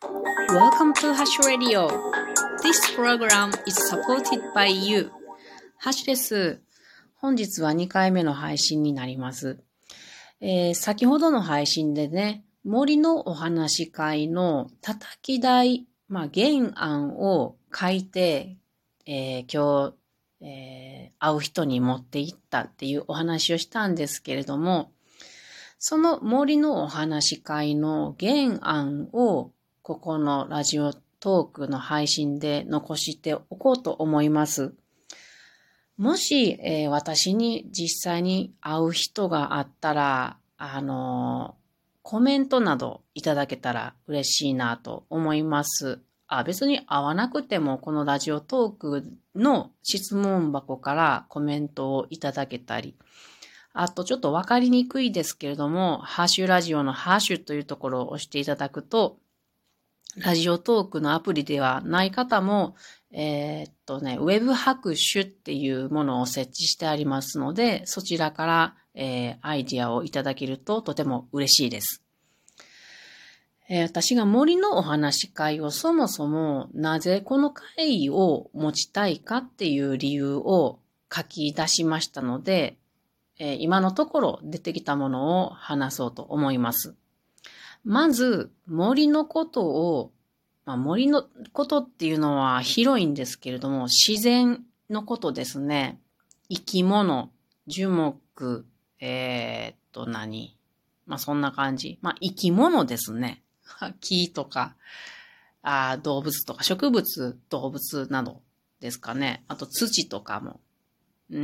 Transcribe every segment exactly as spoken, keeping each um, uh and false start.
Welcome to Hash Radio. This program is supported by you. ハッシュです。本日はにかいめの配信になります。えー、先ほどの配信でね、森のお話会の叩き台、まあ、原案を書いて、えー、今日、えー、会う人に持って行ったっていうお話をしたんですけれども、その森のお話会の原案をここのラジオトークの配信で残しておこうと思います。もし、えー、私に実際に会う人があったら、あのー、コメントなどいただけたら嬉しいなと思います。あ、別に会わなくてもこのラジオトークの質問箱からコメントをいただけたり、あとちょっとわかりにくいですけれども、ハッシュラジオのハッシュというところを押していただくと、ラジオトークのアプリではない方も、えー、っとね、ウェブ拍手っていうものを設置してありますので、そちらから、えー、アイディアをいただけるととても嬉しいです。えー、私が森のお話会をそもそもなぜこの会を持ちたいかっていう理由を書き出しましたので、えー、今のところ出てきたものを話そうと思います。まず、森のことを、まあ、森のことっていうのは広いんですけれども、自然のことですね。生き物、樹木、えー、っと何まあ、そんな感じ。まあ、生き物ですね。木とかあ、動物とか植物、動物などですかね。あと土とかも。うん、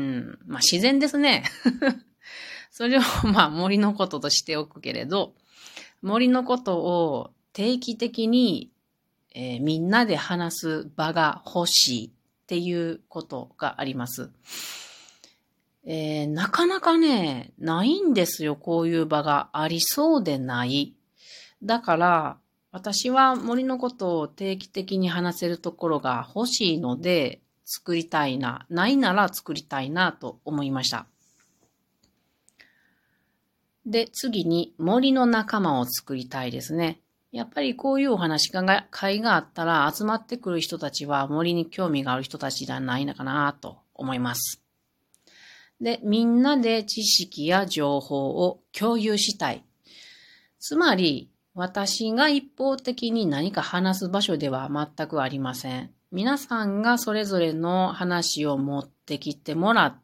まあ、自然ですね。それをまあ森のこととしておくけれど、森のことを定期的に、えー、みんなで話す場が欲しいっていうことがあります。えー、なかなかね、ないんですよ。こういう場がありそうでない。だから、私は森のことを定期的に話せるところが欲しいので、作りたいな。ないなら作りたいなと思いました。で、次に森の仲間を作りたいですね。やっぱりこういうお話が、会があったら集まってくる人たちは森に興味がある人たちじゃないのかなと思います。で、みんなで知識や情報を共有したい。つまり、私が一方的に何か話す場所では全くありません。皆さんがそれぞれの話を持ってきてもらって、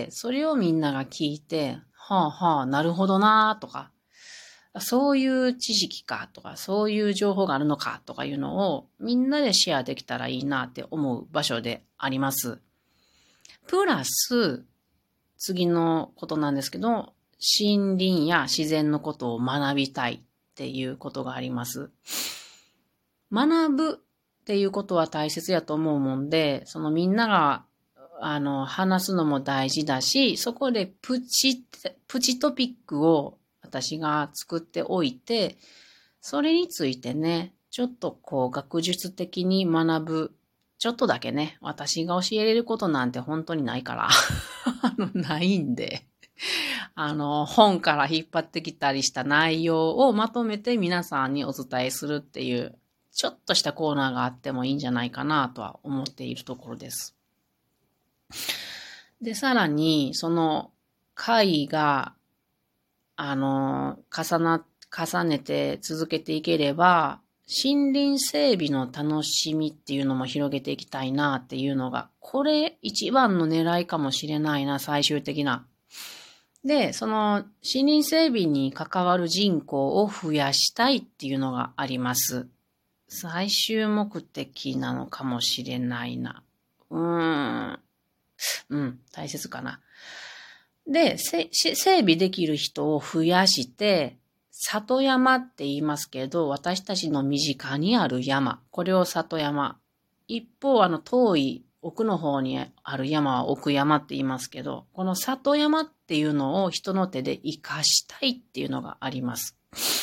それをみんなが聞いて、はあはあ、なるほどなとか、そういう知識かとか、そういう情報があるのかとかいうのをみんなでシェアできたらいいなって思う場所であります。プラス、次のことなんですけど、森林や自然のことを学びたいっていうことがあります。学ぶっていうことは大切やと思うもんで、そのみんながあの、話すのも大事だし、そこでプチ、プチトピックを私が作っておいて、それについてね、ちょっとこう学術的に学ぶ、ちょっとだけね、私が教えれることなんて本当にないから、あの、ないんで、あの、本から引っ張ってきたりした内容をまとめて皆さんにお伝えするっていう、ちょっとしたコーナーがあってもいいんじゃないかなとは思っているところです。で、さらに、その会が、あの、重な、重ねて続けていければ、森林整備の楽しみっていうのも広げていきたいなっていうのが、これ一番の狙いかもしれないな、最終的な。で、その森林整備に関わる人口を増やしたいっていうのがあります。最終目的なのかもしれないな。うーん。うん、大切かな。で、整備できる人を増やして、里山って言いますけど、私たちの身近にある山。これを里山。一方、あの、遠い奥の方にある山は奥山って言いますけど、この里山っていうのを人の手で活かしたいっていうのがあります。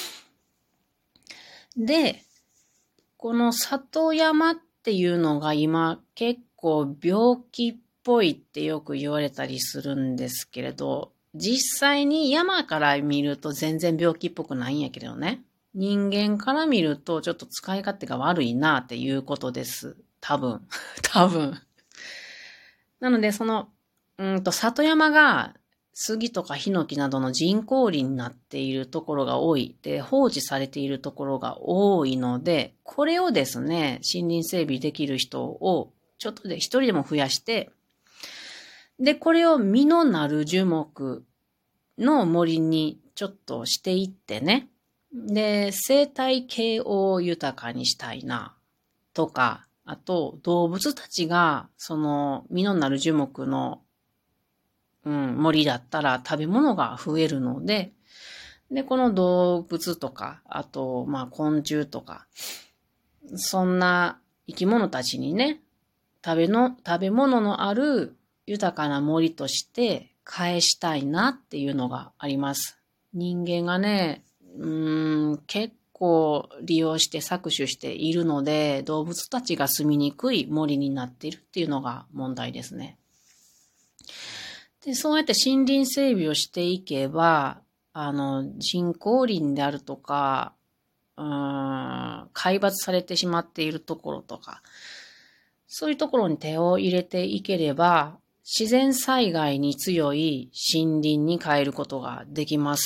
で、この里山っていうのが今結構病気っぽいってよく言われたりするんですけれど、実際に山から見ると全然病気っぽくないんやけどね。 人間から見るとちょっと使い勝手が悪いなっていうことです。多分。多分。なので、その、うんと、里山が杉とかヒノキなどの人工林になっているところが多い。で、放置されているところが多いので、これをですね、森林整備できる人をちょっとで一人でも増やして、で、これを実のなる樹木の森にちょっとしていってね。で、生態系を豊かにしたいな、とか、あと、動物たちが、その、実のなる樹木の、うん、森だったら食べ物が増えるので、で、この動物とか、あと、まあ、昆虫とか、そんな生き物たちにね、食べの、食べ物のある豊かな森として返したいなっていうのがあります。人間がね、うーん、結構利用して搾取しているので、動物たちが住みにくい森になっているっていうのが問題ですね。で、そうやって森林整備をしていけば、あの、人工林であるとか、うーん、皆伐されてしまっているところとか、そういうところに手を入れていければ、自然災害に強い森林に変えることができます。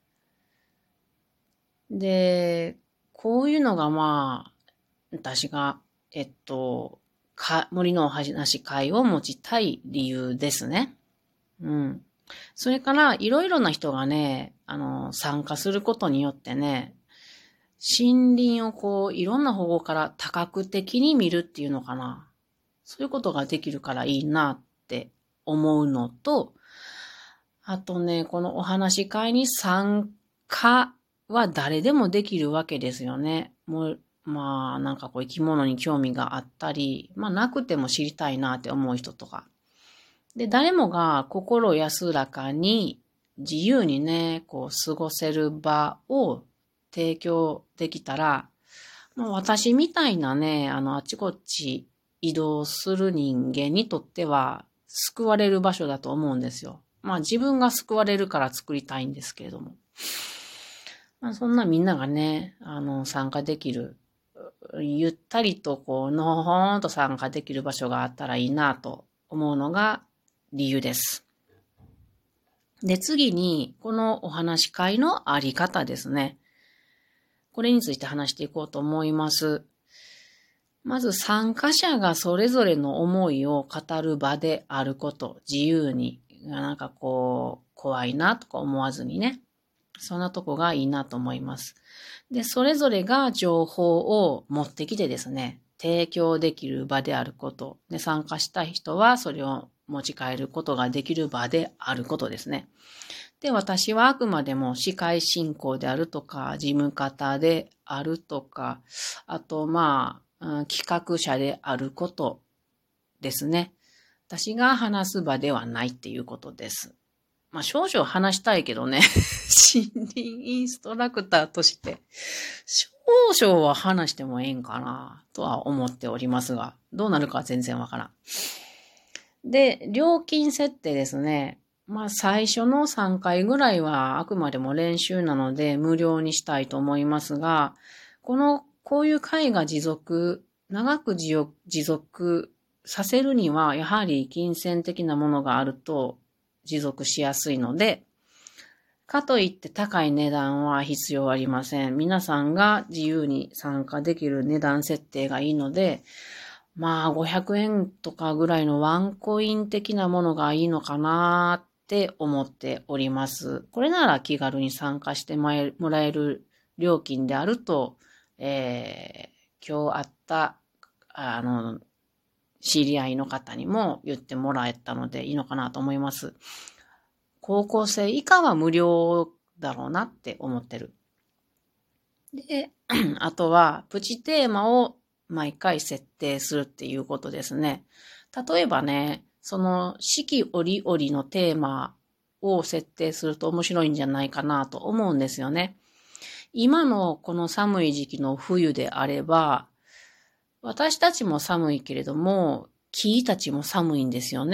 で、こういうのがまあ、私が、えっと、か森のお話会を持ちたい理由ですね。うん。それから、いろいろな人がね、あの、参加することによってね、森林をこう、いろんな方向から多角的に見るっていうのかな。そういうことができるからいいなって思うのと、あとね、このお話し会に参加は誰でもできるわけですよね。もう、まあ、なんかこう生き物に興味があったり、まあなくても知りたいなって思う人とか。で、誰もが心安らかに自由にね、こう過ごせる場を提供できたら、もう私みたいなね、あの、あちこち移動する人間にとっては救われる場所だと思うんですよ。まあ自分が救われるから作りたいんですけれども。まあそんなみんながね、あの、参加できる、ゆったりとこう、のほーんと参加できる場所があったらいいなと思うのが理由です。で、次に、このお話し会のあり方ですね。これについて話していこうと思います。まず参加者がそれぞれの思いを語る場であること、自由に、なんかこう、怖いなとか思わずにね。そんなとこがいいなと思います。で、それぞれが情報を持ってきてですね、提供できる場であること。で、参加したい人はそれを持ち帰ることができる場であることですね。で、私はあくまでも司会進行であるとか、事務方であるとか、あと、まあ、うん、企画者であることですね。私が話す場ではないっていうことです。まあ、少々話したいけどね。森林インストラクターとして、少々は話してもええんかな、とは思っておりますが、どうなるかは全然わからん。で、料金設定ですね。まあ、最初のさんかいぐらいはあくまでも練習なので無料にしたいと思いますが、この、こういう会が持続、長く持続させるには、やはり金銭的なものがあると持続しやすいので、かといって高い値段は必要ありません。皆さんが自由に参加できる値段設定がいいので、まあごひゃくえんとかぐらいのワンコイン的なものがいいのかなって思っております。これなら気軽に参加してもらえる料金であると、えー、今日あった、あの、知り合いの方にも言ってもらえたのでいいのかなと思います。高校生以下は無料だろうなって思ってる。で、あとはプチテーマを毎回設定するっていうことですね。例えばね、その四季折々のテーマを設定すると面白いんじゃないかなと思うんですよね。今のこの寒い時期の冬であれば、私たちも寒いけれども、木たちも寒いんですよね。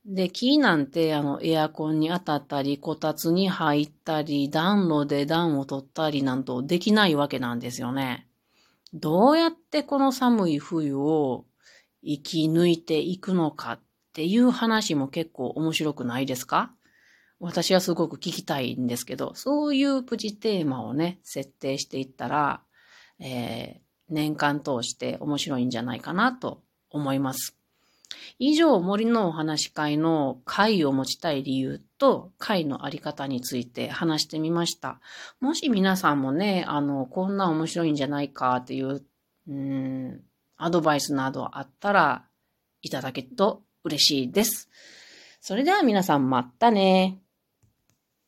で、木なんて、あの、エアコンに当たったり、こたつに入ったり、暖炉で暖を取ったりなんとできないわけなんですよね。どうやってこの寒い冬を生き抜いていくのかっていう話も結構面白くないですか？私はすごく聞きたいんですけど、そういうプチテーマをね、設定していったら、えー、年間通して面白いんじゃないかなと思います。以上、森のお話会の会を持ちたい理由と会のあり方について話してみました。もし皆さんもね、あの、こんな面白いんじゃないかっていう、うーん、アドバイスなどあったらいただけると嬉しいです。それでは皆さんまたね。